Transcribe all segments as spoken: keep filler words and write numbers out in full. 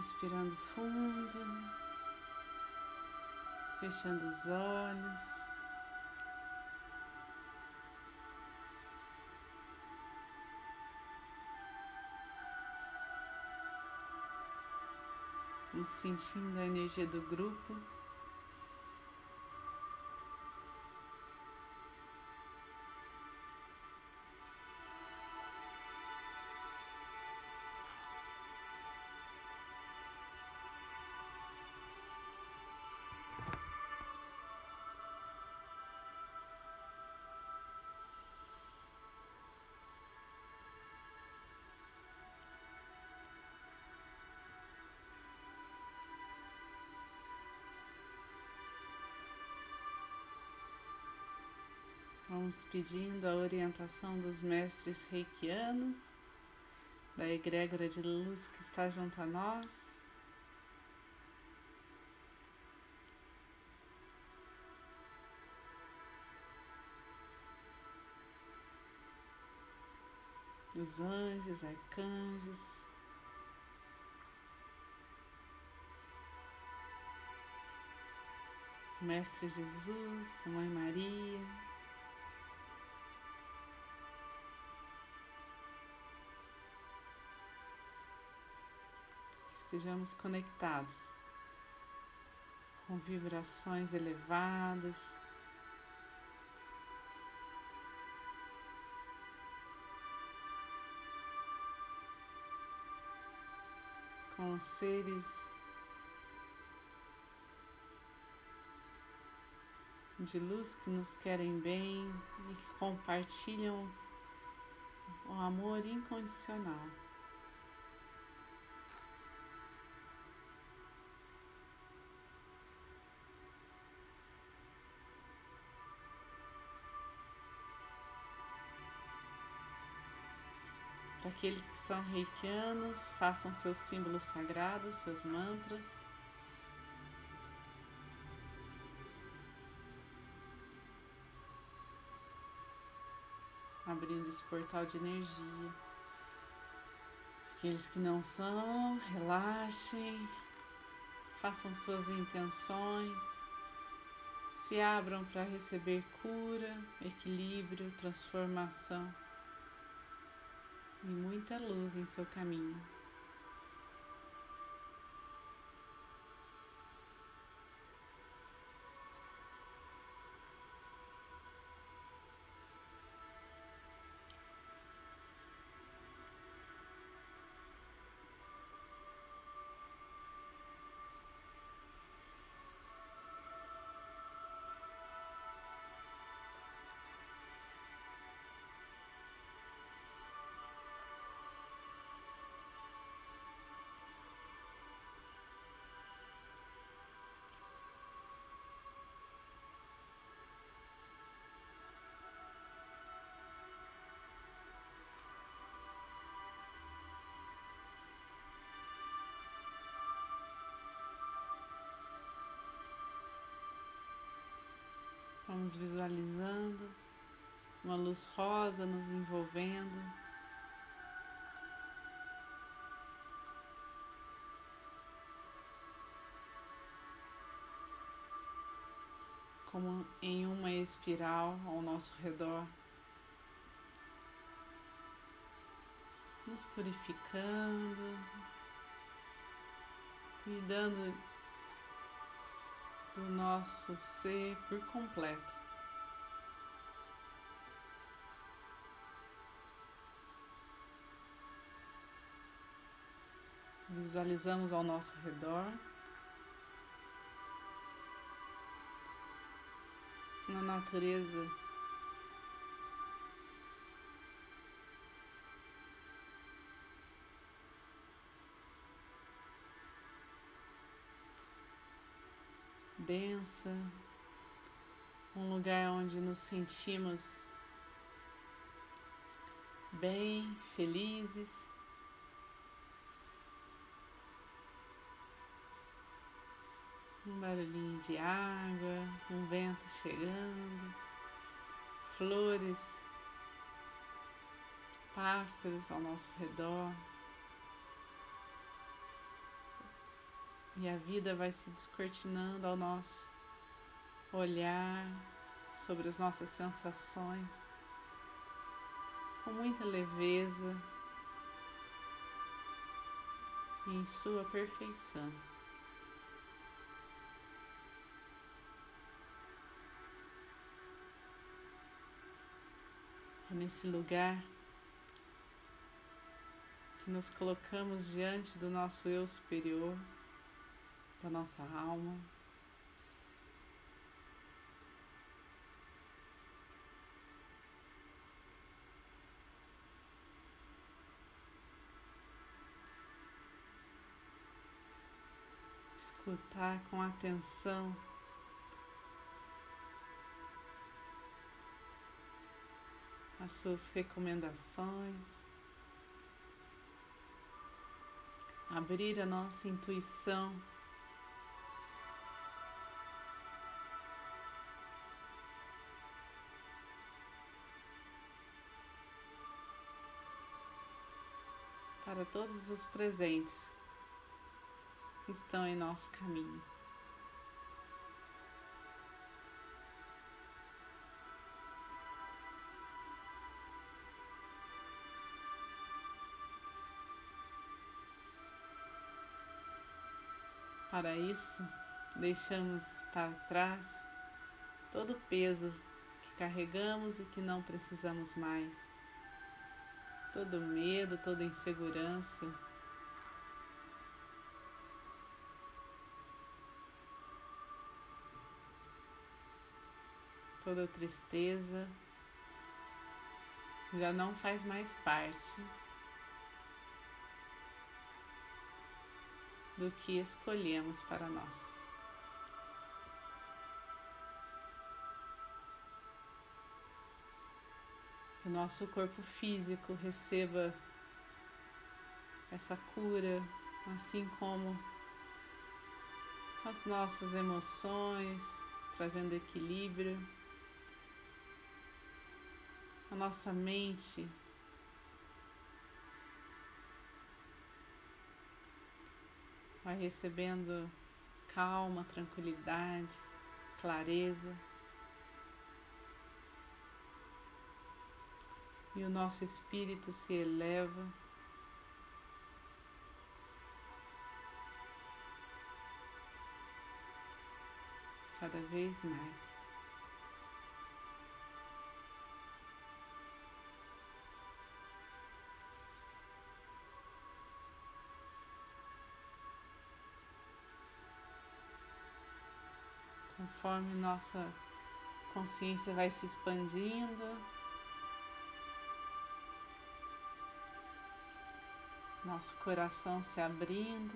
Respirando fundo, fechando os olhos. Vamos sentindo a energia do grupo. Vamos pedindo a orientação dos mestres reikianos, da egrégora de luz que está junto a nós. Os anjos, arcanjos, Mestre Jesus, Mãe Maria. Estejamos conectados com vibrações elevadas, com seres de luz que nos querem bem e que compartilham o amor incondicional. Para aqueles que são reikianos, façam seus símbolos sagrados, seus mantras. Abrindo esse portal de energia. Aqueles que não são, relaxem, façam suas intenções, se abram para receber cura, equilíbrio, transformação e muita luz em seu caminho. Vamos visualizando uma luz rosa nos envolvendo. Como em uma espiral ao nosso redor, nos purificando, cuidando do nosso ser por completo. Visualizamos ao nosso redor na natureza densa, um lugar onde nos sentimos bem, felizes. Um barulhinho de água, um vento chegando, flores, pássaros ao nosso redor, e a vida vai se descortinando ao nosso olhar sobre as nossas sensações com muita leveza e em sua perfeição. É nesse lugar que nos colocamos diante do nosso eu superior, da nossa alma, escutar com atenção as suas recomendações, abrir a nossa intuição para todos os presentes que estão em nosso caminho. Para isso, deixamos para trás todo o peso que carregamos e que não precisamos mais, todo medo, toda insegurança, toda tristeza já não faz mais parte do que escolhemos para nós. Que o nosso corpo físico receba essa cura, assim como as nossas emoções, trazendo equilíbrio. A nossa mente vai recebendo calma, tranquilidade, clareza. E o nosso espírito se eleva cada vez mais. Conforme nossa consciência vai se expandindo, nosso coração se abrindo,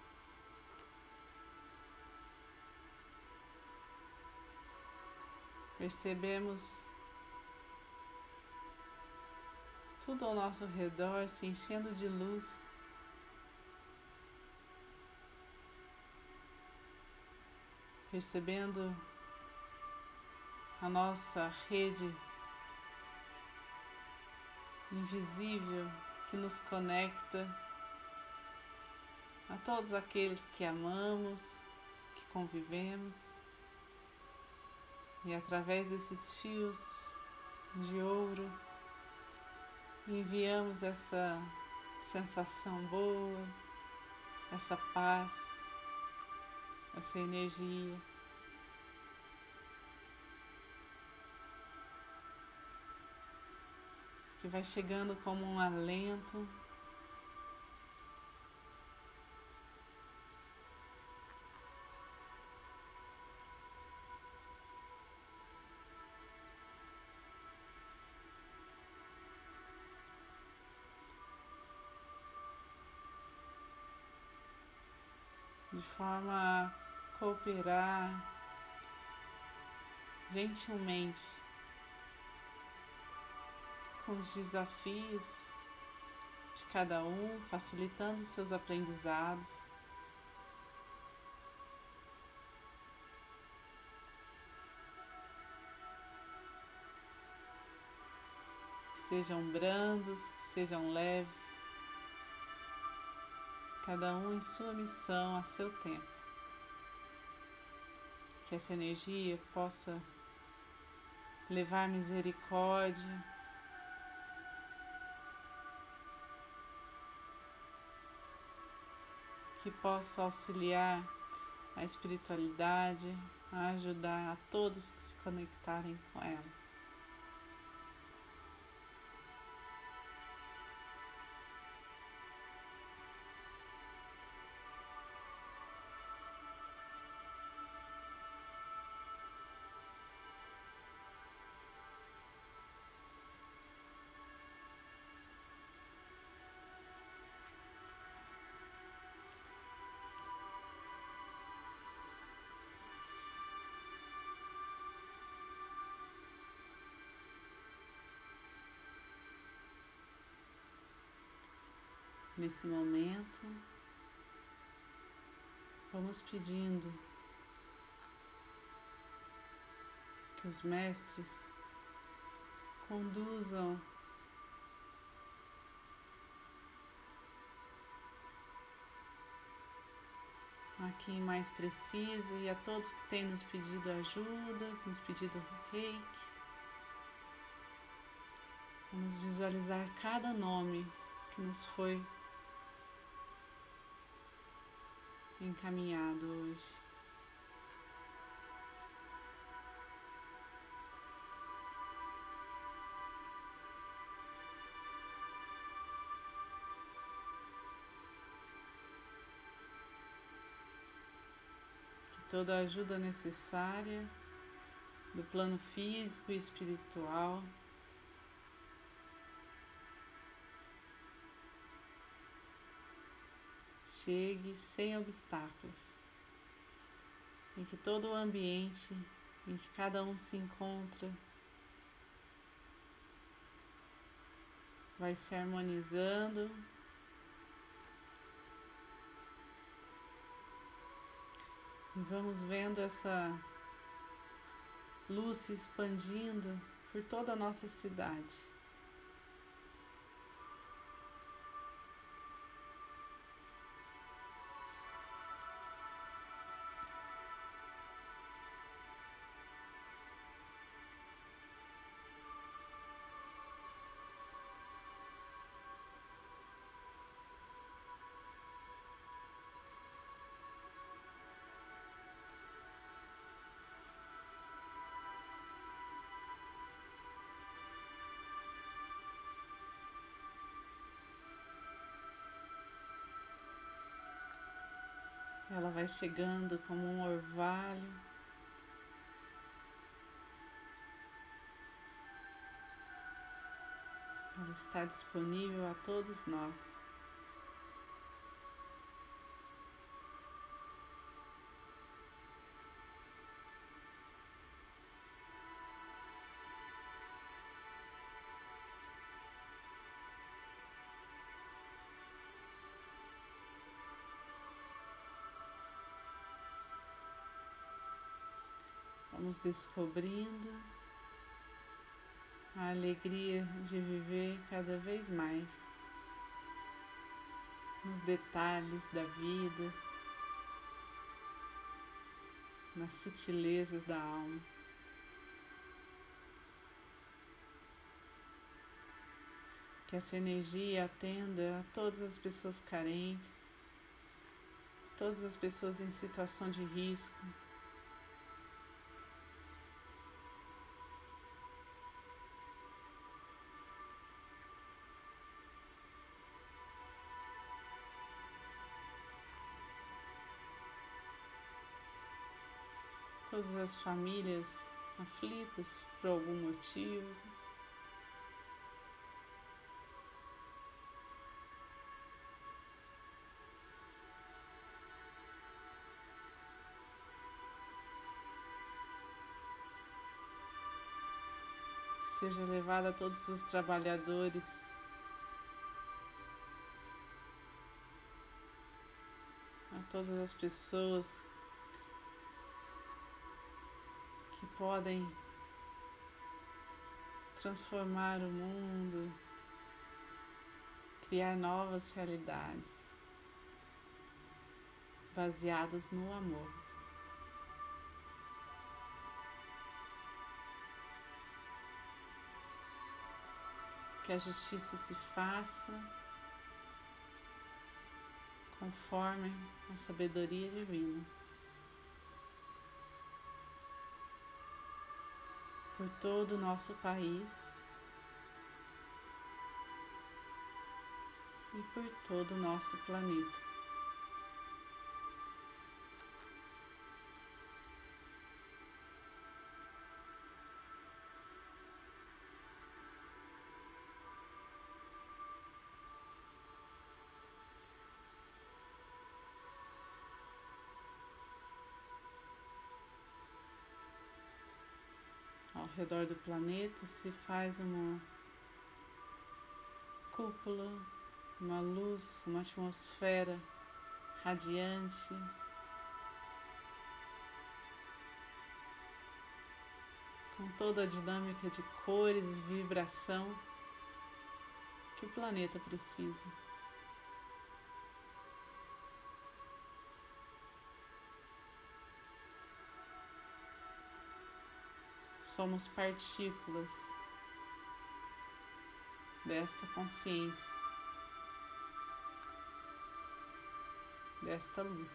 percebemos tudo ao nosso redor se enchendo de luz. Percebendo a nossa rede invisível que nos conecta a todos aqueles que amamos, que convivemos, e através desses fios de ouro enviamos essa sensação boa, essa paz, essa energia. Que vai chegando como um alento, de forma a cooperar gentilmente com os desafios de cada um, facilitando seus aprendizados. Que sejam brandos, que sejam leves, cada um em sua missão, a seu tempo. Que essa energia possa levar misericórdia, que possa auxiliar a espiritualidade, a ajudar a todos que se conectarem com ela. Nesse momento, vamos pedindo que os mestres conduzam a quem mais precisa e a todos que têm nos pedido ajuda, nos pedido reiki. Vamos visualizar cada nome que nos foi encaminhado hoje. Que toda a ajuda necessária do plano físico e espiritual chegue sem obstáculos, em que todo o ambiente em que cada um se encontra vai se harmonizando e vamos vendo essa luz se expandindo por toda a nossa cidade. Ela vai chegando como um orvalho, ela está disponível a todos nós. Vamos descobrindo a alegria de viver cada vez mais nos detalhes da vida, nas sutilezas da alma. Que essa energia atenda a todas as pessoas carentes, todas as pessoas em situação de risco, todas as famílias aflitas por algum motivo. Que seja levada a todos os trabalhadores a todas as pessoas que podem transformar o mundo, criar novas realidades. baseados no amor. Que a justiça se faça conforme a sabedoria divina. Por todo o nosso país e por todo o nosso planeta. Ao redor do planeta se faz uma cúpula, uma luz, uma atmosfera radiante, com toda a dinâmica de cores e vibração que o planeta precisa. Somos partículas desta consciência, desta luz.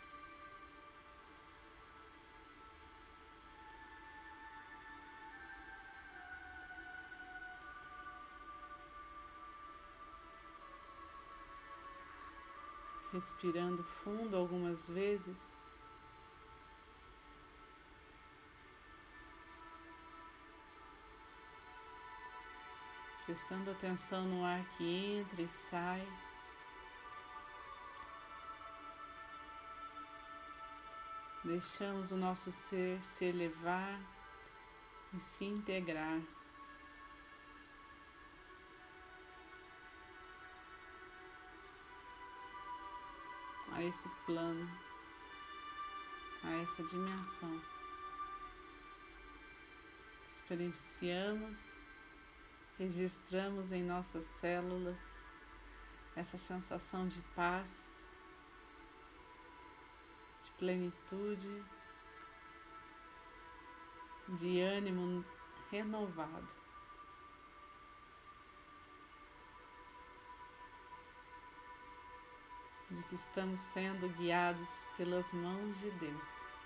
Respirando fundo algumas vezes. Prestando atenção no ar que entra e sai. Deixamos o nosso ser se elevar e se integrar. A esse plano, a essa dimensão. Experienciamos, registramos em nossas células essa sensação de paz, de plenitude, de ânimo renovado. De que estamos sendo guiados pelas mãos de Deus.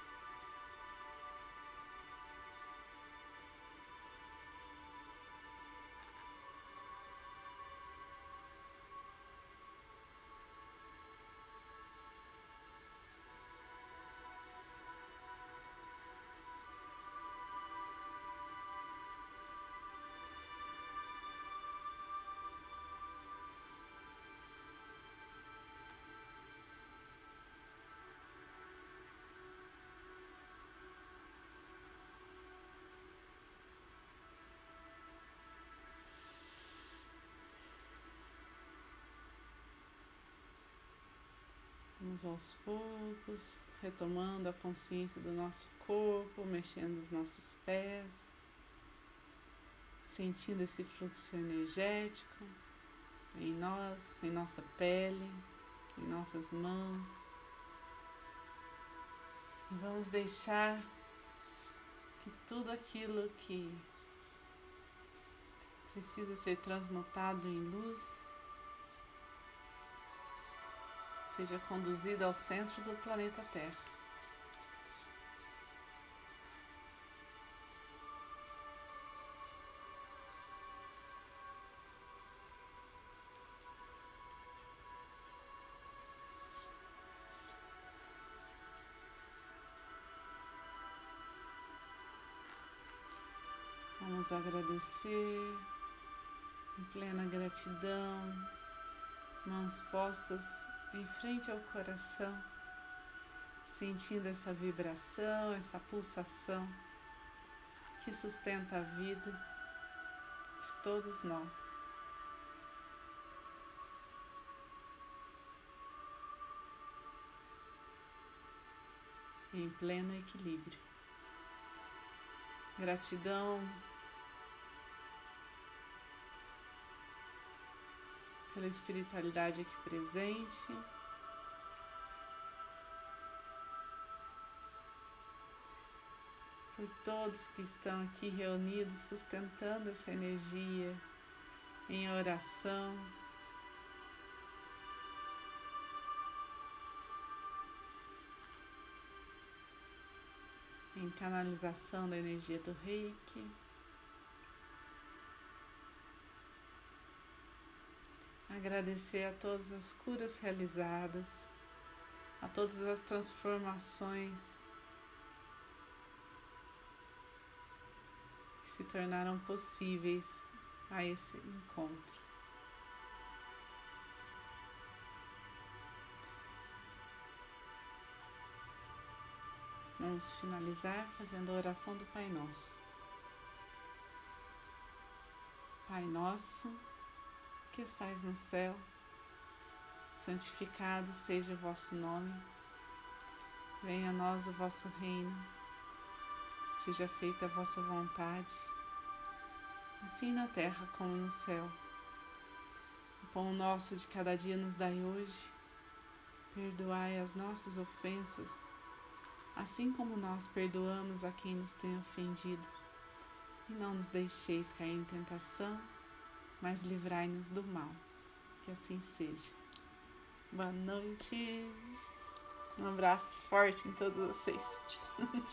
Vamos aos poucos, retomando a consciência do nosso corpo, mexendo os nossos pés, sentindo esse fluxo energético em nós, em nossa pele, em nossas mãos. E vamos deixar que tudo aquilo que precisa ser transmutado em luz seja conduzido ao centro do planeta Terra. Vamos agradecer em plena gratidão, mãos postas em frente ao coração, sentindo essa vibração, essa pulsação que sustenta a vida de todos nós. Em pleno equilíbrio. Gratidão pela espiritualidade aqui presente, por todos que estão aqui reunidos, sustentando essa energia em oração. Em canalização da energia do Reiki. Agradecer a todas as curas realizadas, a todas as transformações que se tornaram possíveis a esse encontro. Vamos finalizar fazendo a oração do Pai Nosso. Pai nosso, que estais no céu, santificado seja o vosso nome. Venha a nós o vosso reino. Seja feita a vossa vontade, assim na terra como no céu. O pão nosso de cada dia nos dai hoje. Perdoai as nossas ofensas, assim como nós perdoamos a quem nos tem ofendido. E não nos deixeis cair em tentação, mas livrai-nos do mal. Que assim seja. Boa noite. Um abraço forte em todos vocês.